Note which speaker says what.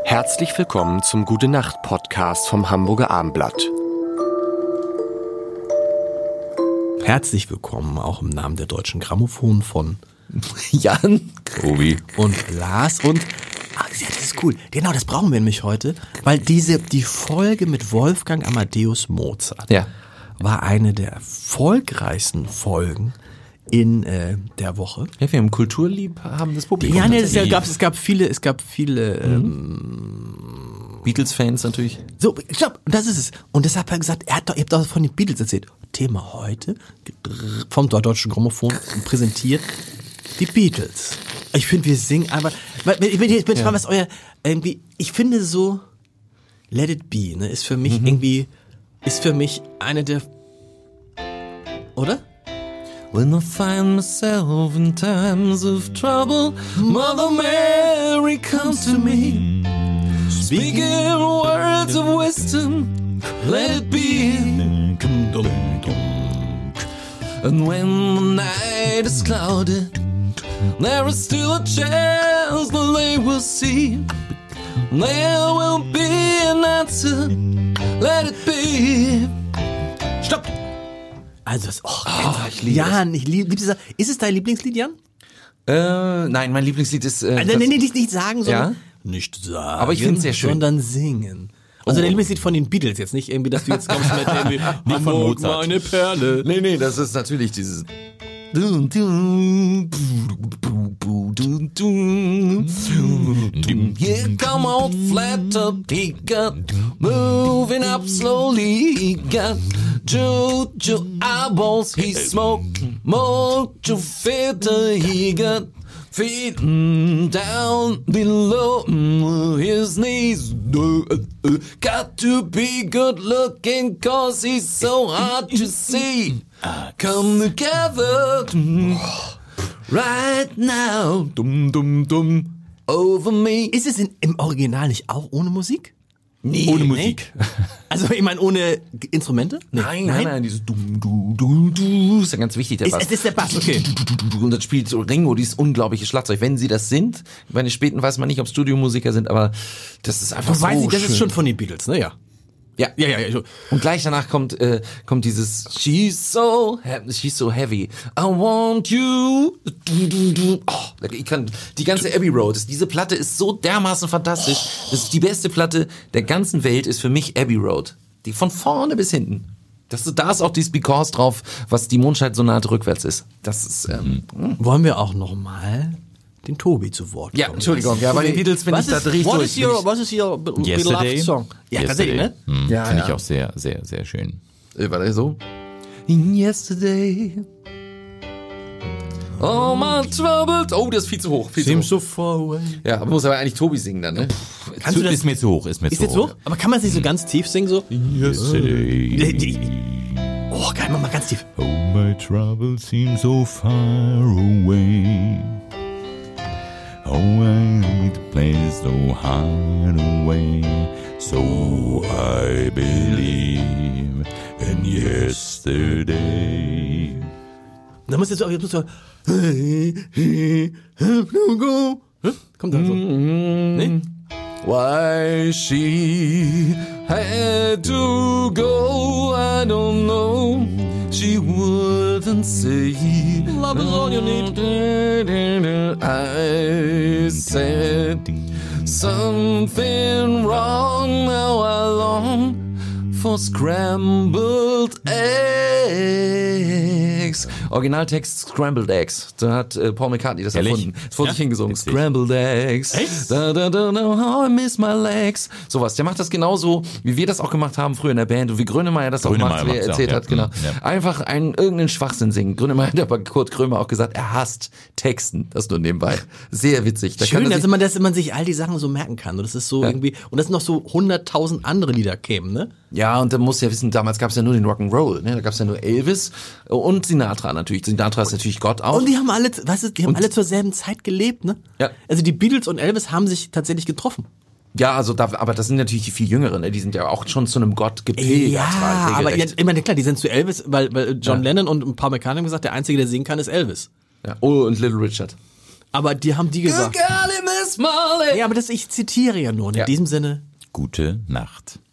Speaker 1: Herzlich willkommen zum Gute-Nacht-Podcast vom Hamburger Abendblatt.
Speaker 2: Herzlich willkommen auch im Namen der Deutschen Grammophon von
Speaker 3: Jan,
Speaker 2: Tobi und Lars und das ist cool. Genau, das brauchen wir nämlich heute, weil die Folge mit Wolfgang Amadeus Mozart war eine der erfolgreichsten Folgen in der Woche.
Speaker 3: Ja, wir haben kulturliebhabendes Publikum.
Speaker 2: Ja, nee, es gab viele
Speaker 3: Beatles-Fans natürlich.
Speaker 2: So, stopp, und das ist es. Und deshalb hat er gesagt, ihr habt doch von den Beatles erzählt. Thema heute vom Deutschen Grammophon präsentiert die Beatles. Ich finde, wir singen einfach. Ich bin mal, was euer irgendwie. Ich finde so Let It Be, ne, ist für mich eine der, oder?
Speaker 3: When I find myself in times of trouble, Mother Mary comes to me, speaking words of wisdom, let it be. And when the night is clouded, there is still a chance that they will see. There will be an answer, let it be.
Speaker 2: Stopp! Also,
Speaker 3: ich liebe
Speaker 2: Jan, ich liebe es. Ist es dein Lieblingslied, Jan?
Speaker 3: Nein, mein Lieblingslied ist...
Speaker 2: nicht sagen, sondern...
Speaker 3: Ja?
Speaker 2: Nicht sagen,
Speaker 3: aber ich finde es sehr schön.
Speaker 2: Sondern singen. Also dein Lieblingslied von den Beatles, jetzt nicht irgendwie, dass du jetzt kommst mit irgendwie...
Speaker 3: Nicht von Mozart.
Speaker 2: Meine Perle.
Speaker 3: Nee, das ist natürlich dieses... Here come old flat-top, he got moving up slowly, he got Jojo eyeballs, he smoked mojo filter, he got feet down below his knees. Got to be good looking cause he's so hard to see. Come together right now over me.
Speaker 2: Ist es im Original nicht auch ohne Musik?
Speaker 3: Nee, ohne Musik.
Speaker 2: Also ich meine ohne Instrumente? Nee.
Speaker 3: Nein, dieses du ist ja ganz wichtig. Der Bass.
Speaker 2: Es ist der Bass, okay.
Speaker 3: Und das spielt so Ringo, dieses unglaubliche Schlagzeug. Wenn sie das sind, bei den späten weiß man nicht, ob Studiomusiker sind, aber das ist einfach so schön.
Speaker 2: Das ist schon von den Beatles, ne? Ja.
Speaker 3: Ja. Und gleich danach kommt dieses She's so heavy. I want you. Oh, ich kann die ganze Abbey Road. Diese Platte ist so dermaßen fantastisch. Das ist die beste Platte der ganzen Welt. Ist für mich Abbey Road. Die von vorne bis hinten. Da ist auch dieses Because drauf, was die Mondscheid-Sonate rückwärts ist. Das ist.
Speaker 2: Wollen wir auch noch mal den Tobi zu Wort kommen?
Speaker 3: Ja, Entschuldigung. Ja, bei den Beatles bin ich da richtig durch.
Speaker 2: Was ist Your beloved song? Ja, tatsächlich, ne?
Speaker 4: Ja, finde ich auch sehr, sehr, sehr schön.
Speaker 3: War der so? Yesterday. Oh, my troubled. Oh, das ist viel zu hoch.
Speaker 2: Seems so far away.
Speaker 3: Ja, aber muss aber eigentlich Tobi singen dann, ne?
Speaker 2: Kannst du das?
Speaker 4: Ist mir zu hoch. Ist
Speaker 2: jetzt so hoch? Aber kann man es nicht so ganz tief singen, so?
Speaker 4: Yesterday.
Speaker 2: Oh, geil, mach mal ganz tief.
Speaker 4: Oh, my troubles seem so far away. Oh, I need a place to hide away. So I believe in yesterday.
Speaker 2: Da musst du so hey, go. Kommt dann so. Nee?
Speaker 3: Why she had to go, I don't know. She wouldn't say love is all you need. I said something wrong, now I long for scrambled eggs. Originaltext Scrambled Eggs. Da hat Paul McCartney das erfunden. Das wurde nicht hingesungen. Scrambled Eggs.
Speaker 2: Echt?
Speaker 3: Da, how I miss my legs. Sowas. Der macht das genauso, wie wir das auch gemacht haben früher in der Band und wie Grönemeyer das auch macht, wie er erzählt hat. Genau. Ja. Einfach irgendeinen Schwachsinn singen. Grönemeyer hat aber Kurt Krömer auch gesagt, er hasst Texten. Das nur nebenbei. Sehr witzig. Da
Speaker 2: schön, dass man sich all die Sachen so merken kann. Und das ist so irgendwie, und das sind noch so 100.000 andere Lieder kämen, ne?
Speaker 3: Ja, und da musst du ja wissen, damals gab es ja nur den Rock'n'Roll, ne? Da gab es ja nur Elvis und Sinatra natürlich. Sinatra ist natürlich Gott auch.
Speaker 2: Und die haben alle, alle zur selben Zeit gelebt, ne?
Speaker 3: Ja.
Speaker 2: Also die Beatles und Elvis haben sich tatsächlich getroffen.
Speaker 3: Ja, also aber das sind natürlich die viel Jüngeren, ne? Die sind ja auch schon zu einem Gott gepilgert.
Speaker 2: Ja, aber ich meine, klar, die sind zu Elvis, weil John Lennon und Paul McCartney haben gesagt, der Einzige, der singen kann, ist Elvis.
Speaker 3: Ja. Oh, und Little Richard.
Speaker 2: Aber die haben die gesagt.
Speaker 3: Golly, Miss Molly.
Speaker 2: Nee, aber ich zitiere ja nur. In diesem Sinne.
Speaker 4: Gute Nacht.